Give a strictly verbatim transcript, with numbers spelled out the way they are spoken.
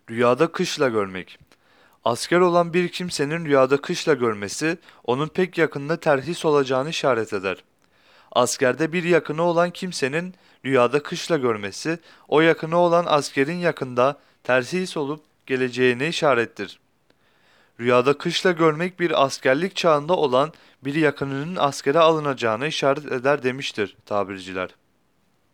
Rüyada kışla görmek. Asker olan bir kimsenin rüyada kışla görmesi, onun pek yakında terhis olacağını işaret eder. Askerde bir yakını olan kimsenin rüyada kışla görmesi, o yakını olan askerin yakında terhis olup geleceğine işarettir. Rüyada kışla görmek bir askerlik çağında olan bir yakınının askere alınacağına işaret eder demiştir tabirciler.